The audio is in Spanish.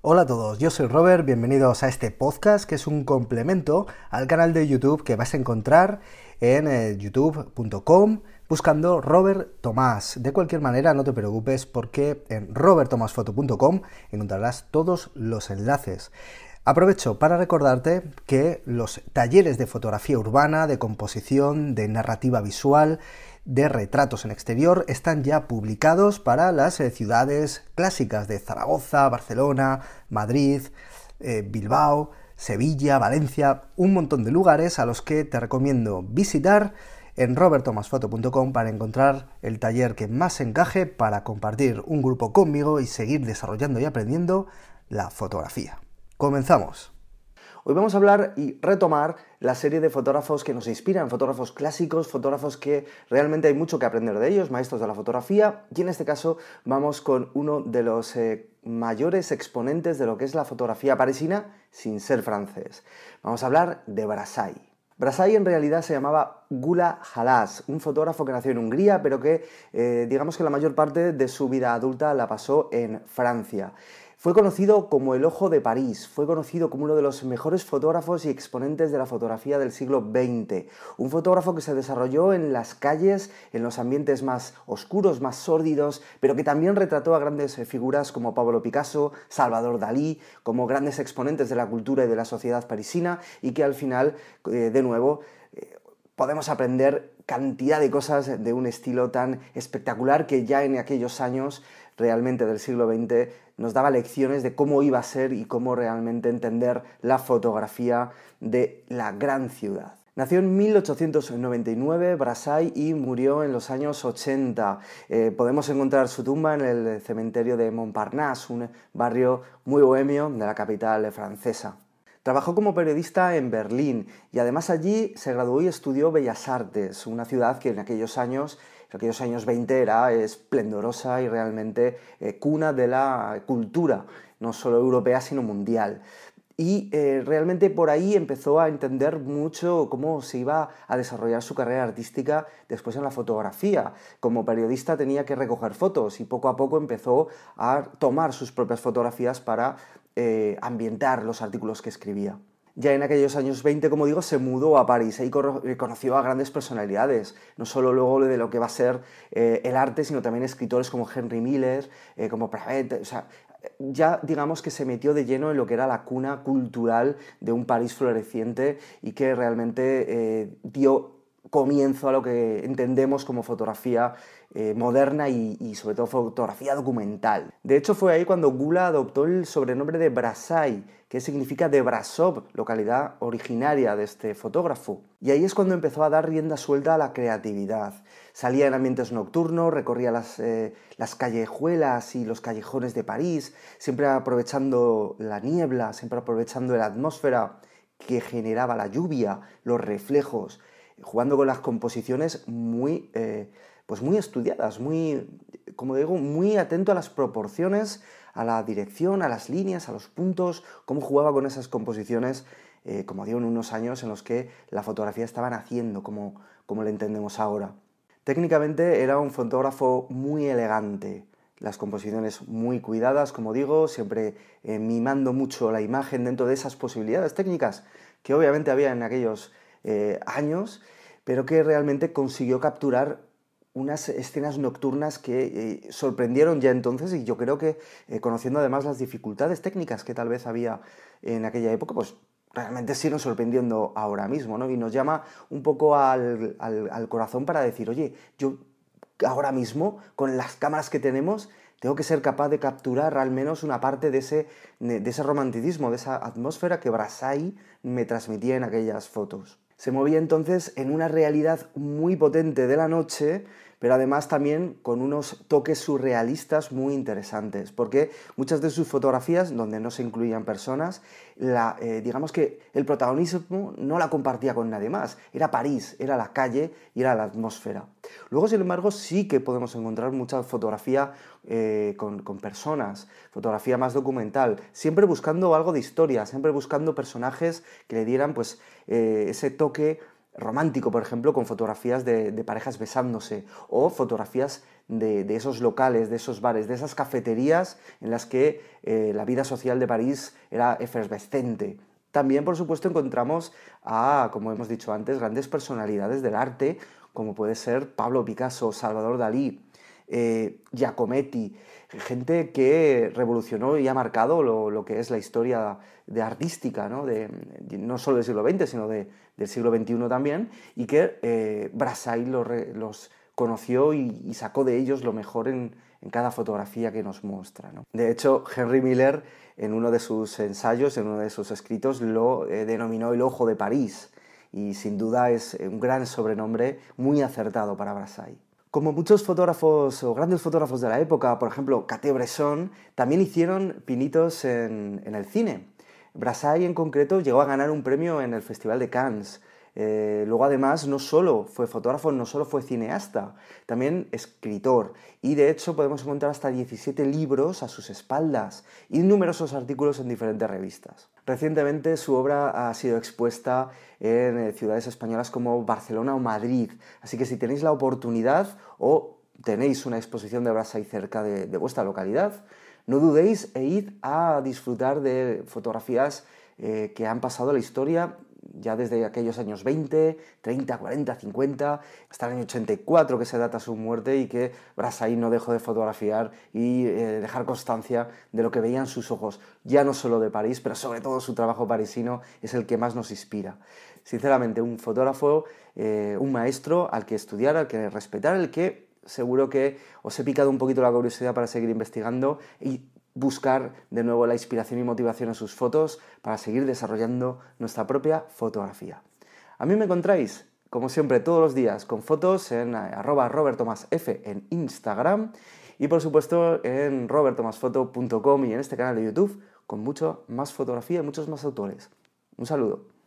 Hola a todos, yo soy Robert, bienvenidos a este podcast que es un complemento al canal de YouTube que vas a encontrar en youtube.com buscando Robert Tomás. De cualquier manera, no te preocupes porque en roberttomasfoto.com encontrarás todos los enlaces. Aprovecho para recordarte que los talleres de fotografía urbana, de composición, de narrativa visual, de retratos en exterior están ya publicados para las ciudades clásicas de Zaragoza, Barcelona, Madrid, Bilbao, Sevilla, Valencia, un montón de lugares a los que te recomiendo visitar en roberttomasfoto.com para encontrar el taller que más encaje para compartir un grupo conmigo y seguir desarrollando y aprendiendo la fotografía. Comenzamos. Hoy vamos a hablar y retomar la serie de fotógrafos que nos inspiran, fotógrafos clásicos, fotógrafos que realmente hay mucho que aprender de ellos, maestros de la fotografía, y en este caso vamos con uno de los mayores exponentes de lo que es la fotografía parisina sin ser francés. Vamos a hablar de Brassai. Brassai en realidad se llamaba Gyula Halász, un fotógrafo que nació en Hungría, pero que digamos que la mayor parte de su vida adulta la pasó en Francia. Fue conocido como el Ojo de París, fue conocido como uno de los mejores fotógrafos y exponentes de la fotografía del siglo XX. Un fotógrafo que se desarrolló en las calles, en los ambientes más oscuros, más sórdidos, pero que también retrató a grandes figuras como Pablo Picasso, Salvador Dalí, como grandes exponentes de la cultura y de la sociedad parisina, y que al final, de nuevo, podemos aprender cantidad de cosas de un estilo tan espectacular que ya en aquellos años realmente del siglo XX nos daba lecciones de cómo iba a ser y cómo realmente entender la fotografía de la gran ciudad. Nació en 1899 Brassai y murió en los años 80. Podemos encontrar su tumba en el cementerio de Montparnasse, un barrio muy bohemio de la capital francesa. Trabajó como periodista en Berlín y además allí se graduó y estudió Bellas Artes, una ciudad que en aquellos años 20 era esplendorosa y realmente cuna de la cultura, no solo europea sino mundial. Y realmente por ahí empezó a entender mucho cómo se iba a desarrollar su carrera artística después en la fotografía. Como periodista tenía que recoger fotos y poco a poco empezó a tomar sus propias fotografías para ambientar los artículos que escribía. Ya en aquellos años 20, como digo, se mudó a París. Ahí conoció a grandes personalidades, no solo luego de lo que va a ser el arte, sino también escritores como Henry Miller, como Pravet. O sea, ya digamos que se metió de lleno en lo que era la cuna cultural de un París floreciente y que realmente dio comienzo a lo que entendemos como fotografía moderna y sobre todo fotografía documental. De hecho fue ahí cuando Gyula adoptó el sobrenombre de Brassai, que significa de Brasov, localidad originaria de este fotógrafo. Y ahí es cuando empezó a dar rienda suelta a la creatividad. Salía en ambientes nocturnos, recorría las callejuelas y los callejones de París, siempre aprovechando la niebla, siempre aprovechando la atmósfera que generaba la lluvia, los reflejos, jugando con las composiciones muy estudiadas, como digo, muy atento a las proporciones, a la dirección, a las líneas, a los puntos, cómo jugaba con esas composiciones, como digo, en unos años en los que la fotografía estaba naciendo, como la entendemos ahora. Técnicamente era un fotógrafo muy elegante, las composiciones muy cuidadas, como digo, siempre mimando mucho la imagen dentro de esas posibilidades técnicas que obviamente había en aquellos años, pero que realmente consiguió capturar unas escenas nocturnas que sorprendieron ya entonces, y yo creo que conociendo además las dificultades técnicas que tal vez había en aquella época, pues realmente siguen sorprendiendo ahora mismo, ¿no? Y nos llama un poco al corazón para decir, oye, yo ahora mismo, con las cámaras que tenemos, tengo que ser capaz de capturar al menos una parte de ese romanticismo, de esa atmósfera que Brassai me transmitía en aquellas fotos. Se movía entonces en una realidad muy potente de la noche, pero además también con unos toques surrealistas muy interesantes, porque muchas de sus fotografías, donde no se incluían personas, digamos que el protagonismo no la compartía con nadie más, era París, era la calle y era la atmósfera. Luego, sin embargo, sí que podemos encontrar mucha fotografía con personas, fotografía más documental, siempre buscando algo de historia, siempre buscando personajes que le dieran pues, ese toque romántico, por ejemplo, con fotografías de parejas besándose, o fotografías de esos locales, de esos bares, de esas cafeterías en las que la vida social de París era efervescente. También, por supuesto, encontramos a, como hemos dicho antes, grandes personalidades del arte, como puede ser Pablo Picasso, Salvador Dalí, Giacometti, gente que revolucionó y ha marcado lo que es la historia artística, ¿no? No solo del siglo XX, sino del siglo XXI también, y que Brassai los conoció y sacó de ellos lo mejor en cada fotografía que nos muestra, ¿no? De hecho, Henry Miller, en uno de sus ensayos, en uno de sus escritos, lo denominó el ojo de París, y sin duda es un gran sobrenombre muy acertado para Brassai. Como muchos fotógrafos o grandes fotógrafos de la época, por ejemplo, Cartier-Bresson, también hicieron pinitos en el cine. Brassai en concreto llegó a ganar un premio en el Festival de Cannes. Luego además no solo fue fotógrafo, no solo fue cineasta, también escritor, y de hecho podemos encontrar hasta 17 libros a sus espaldas y numerosos artículos en diferentes revistas. Recientemente su obra ha sido expuesta en ciudades españolas como Barcelona o Madrid, así que si tenéis la oportunidad o tenéis una exposición de Brassai cerca de vuestra localidad, no dudéis e id a disfrutar de fotografías que han pasado a la historia ya desde aquellos años 20, 30, 40, 50, hasta el año 84 que se data su muerte y que Brassai no dejó de fotografiar y dejar constancia de lo que veían sus ojos, ya no solo de París, pero sobre todo su trabajo parisino es el que más nos inspira. Sinceramente, un fotógrafo, un maestro al que estudiar, al que respetar, el que seguro que os he picado un poquito la curiosidad para seguir investigando y buscar de nuevo la inspiración y motivación en sus fotos para seguir desarrollando nuestra propia fotografía. A mí me encontráis, como siempre, todos los días con fotos en @roberttomasf en Instagram y por supuesto en roberttomasfoto.com y en este canal de YouTube con mucho más fotografía y muchos más autores. Un saludo.